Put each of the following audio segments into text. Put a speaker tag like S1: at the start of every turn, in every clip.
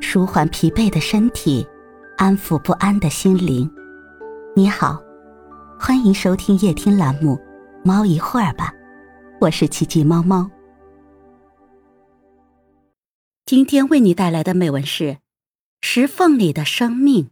S1: 舒缓疲惫的身体，安抚不安的心灵。你好，欢迎收听夜听栏目《猫一会儿吧》，我是奇迹猫猫。今天为你带来的美文是石缝里的生命。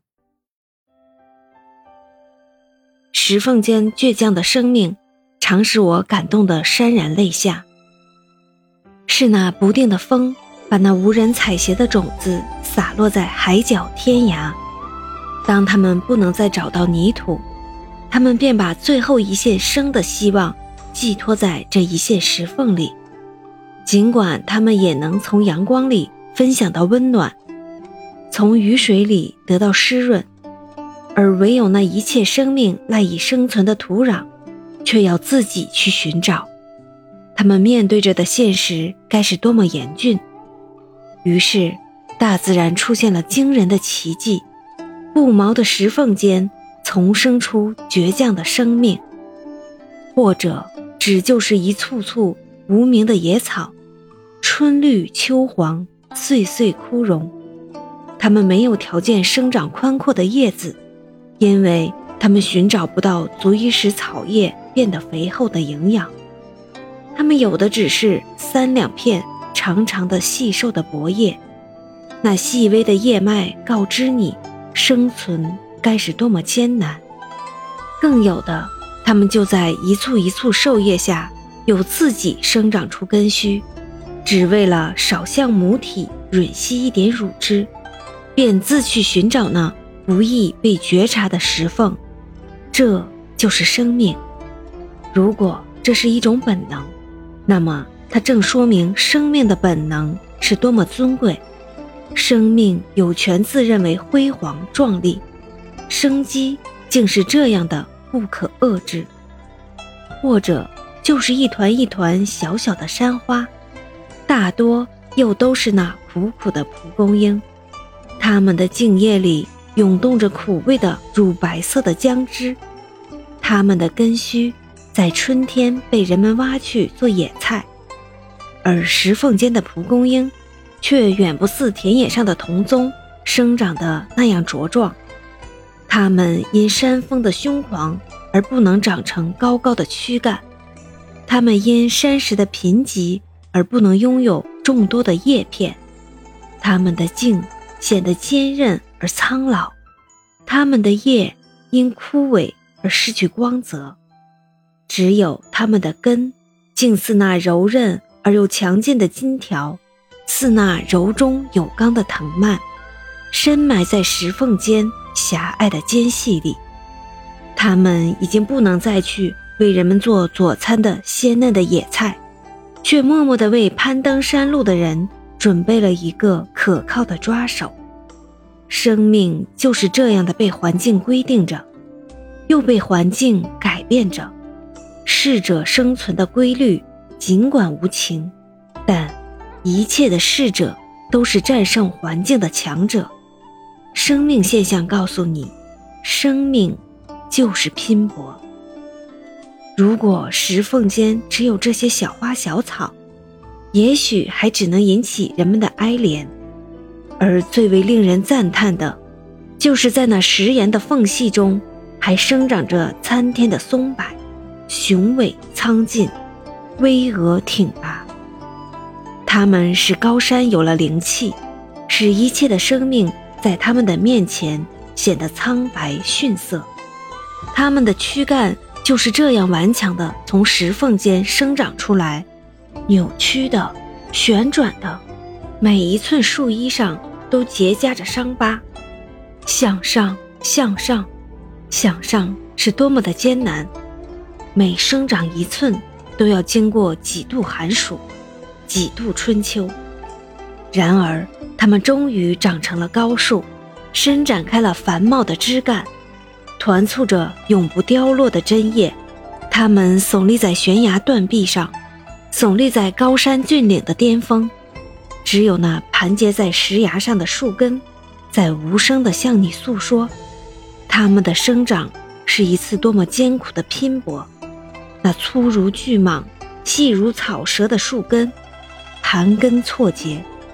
S2: 石缝间倔强的生命，常使我感动得潸然泪下。是那不定的风，把那无人采撷的种子洒落在海角天涯。当他们不能再找到泥土，他们便把最后一线生的希望寄托在这一线石缝里。尽管他们也能从阳光里分享到温暖，从雨水里得到湿润，而唯有那一切生命赖以生存的土壤，却要自己去寻找。他们面对着的现实该是多么严峻。于是大自然出现了惊人的奇迹，不毛的石缝间丛生出倔强的生命，或者只就是一簇簇无名的野草，春绿秋黄，岁岁枯荣。它们没有条件生长宽阔的叶子，因为它们寻找不到足以使草叶变得肥厚的营养。它们有的只是3-2片长长的细瘦的薄叶，那细微的叶脉告知你生存该是多么艰难。更有的，它们就在一簇一簇瘦叶下有自己生长出根须，只为了少向母体吮吸一点乳汁，便自去寻找那不易被觉察的石缝。这就是生命。如果这是一种本能，那么它正说明生命的本能是多么尊贵。生命有权自认为辉煌壮丽，生机竟是这样的不可遏制。或者就是一团一团小小的山花，大多又都是那苦苦的蒲公英，它们的茎叶里涌动着苦味的乳白色的浆汁，它们的根须在春天被人们挖去做野菜，而石缝间的蒲公英却远不似田野上的桐棕生长的那样茁壮。它们因山峰的凶狂而不能长成高高的躯干，它们因山石的贫瘠而不能拥有众多的叶片，它们的茎显得坚韧而苍老，它们的叶因枯萎而失去光泽，只有它们的根竟似那柔韧而又强劲的金条，似那柔中有刚的藤蔓，深埋在石缝间狭隘的间隙里。它们已经不能再去为人们做佐餐的鲜嫩的野菜，却默默地为攀登山路的人准备了一个可靠的抓手。生命就是这样的被环境规定着，又被环境改变着。适者生存的规律尽管无情，但一切的适者都是战胜环境的强者。生命现象告诉你，生命就是拼搏。如果石缝间只有这些小花小草，也许还只能引起人们的哀怜，而最为令人赞叹的，就是在那石岩的缝隙中还生长着参天的松柏，雄伟苍劲，巍峨挺拔。它们使高山有了灵气，使一切的生命在它们的面前显得苍白逊色。它们的躯干就是这样顽强地从石缝间生长出来，扭曲的，旋转的，每一寸树衣上都结痂着伤疤。向上，向上，向上是多么的艰难，每生长一寸都要经过几度寒暑，几度春秋。然而它们终于长成了高树，伸展开了繁茂的枝干，团簇着永不凋落的针叶。它们耸立在悬崖断壁上，耸立在高山峻岭的巅峰，只有那盘结在石崖上的树根在无声地向你诉说，它们的生长是一次多么艰苦的拼搏。那粗如巨蟒，细如草蛇的树根，盘根错节，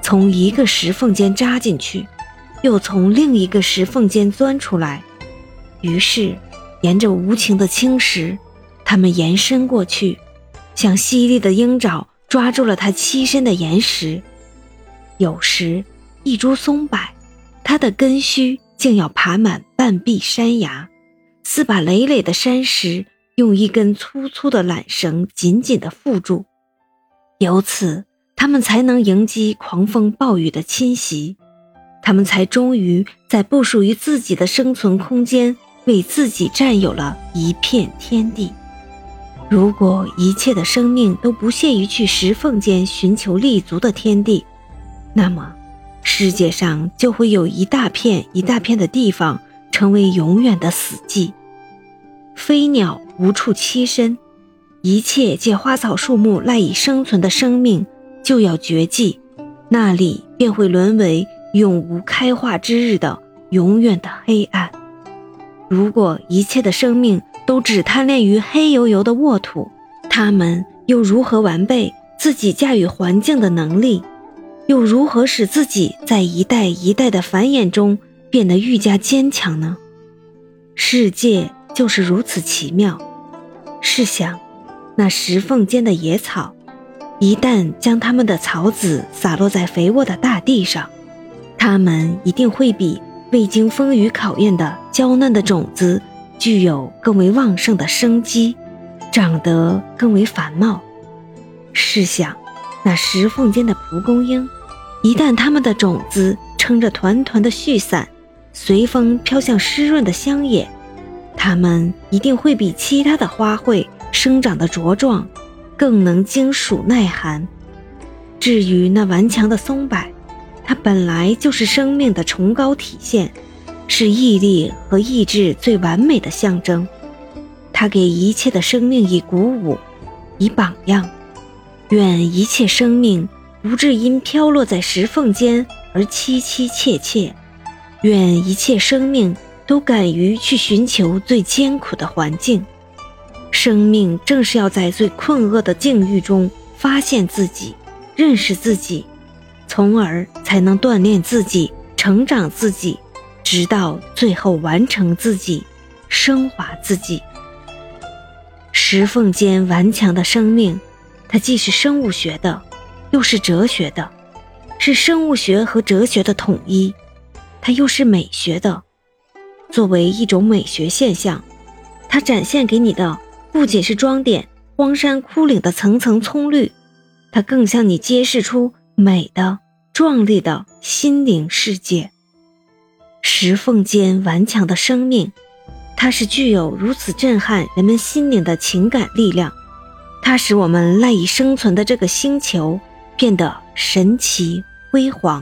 S2: 从一个石缝间扎进去，又从另一个石缝间钻出来。于是沿着无情的青石，它们延伸过去，像犀利的鹰爪抓住了它栖身的岩石。有时一株松柏，它的根须竟要爬满半壁山崖，似把累累的山石用一根粗粗的缆绳紧紧地缚住，由此它们才能迎击狂风暴雨的侵袭，它们才终于在不属于自己的生存空间为自己占有了一片天地。如果一切的生命都不屑于去石缝间寻求立足的天地，那么世界上就会有一大片一大片的地方成为永远的死寂。飞鸟无处栖身，一切借花草树木赖以生存的生命就要绝迹，那里便会沦为永无开化之日的永远的黑暗。如果一切的生命都只贪恋于黑油油的沃土，他们又如何完备自己驾驭环境的能力？又如何使自己在一代一代的繁衍中变得愈加坚强呢？世界就是如此奇妙。试想，那石缝间的野草，一旦将它们的草籽洒落在肥沃的大地上，它们一定会比未经风雨考验的娇嫩的种子具有更为旺盛的生机，长得更为繁茂。试想，那石缝间的蒲公英，一旦它们的种子撑着团团的絮伞，随风飘向湿润的乡野，它们一定会比其他的花卉生长得茁壮，更能经暑耐寒。至于那顽强的松柏，它本来就是生命的崇高体现，是毅力和意志最完美的象征。它给一切的生命以鼓舞，以榜样。愿一切生命不致因飘落在石缝间而凄凄切切，愿一切生命都敢于去寻求最艰苦的环境。生命正是要在最困厄的境遇中发现自己，认识自己，从而才能锻炼自己，成长自己，直到最后完成自己，升华自己。石缝间顽强的生命，它既是生物学的，又是哲学的，是生物学和哲学的统一，它又是美学的。作为一种美学现象，它展现给你的不仅是装点荒山枯岭的层层葱绿，它更向你揭示出美的壮丽的心灵世界。石缝间顽强的生命，它是具有如此震撼人们心灵的情感力量，它使我们赖以生存的这个星球变得神奇辉煌。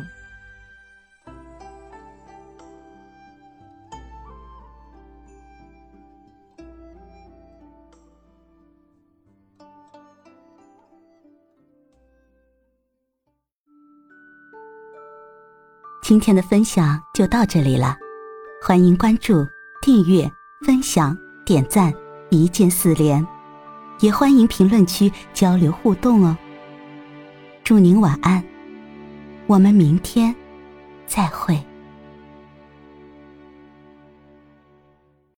S1: 今天的分享就到这里了，欢迎关注、订阅、分享、点赞，一键4连，也欢迎评论区交流互动哦。祝您晚安，我们明天再会。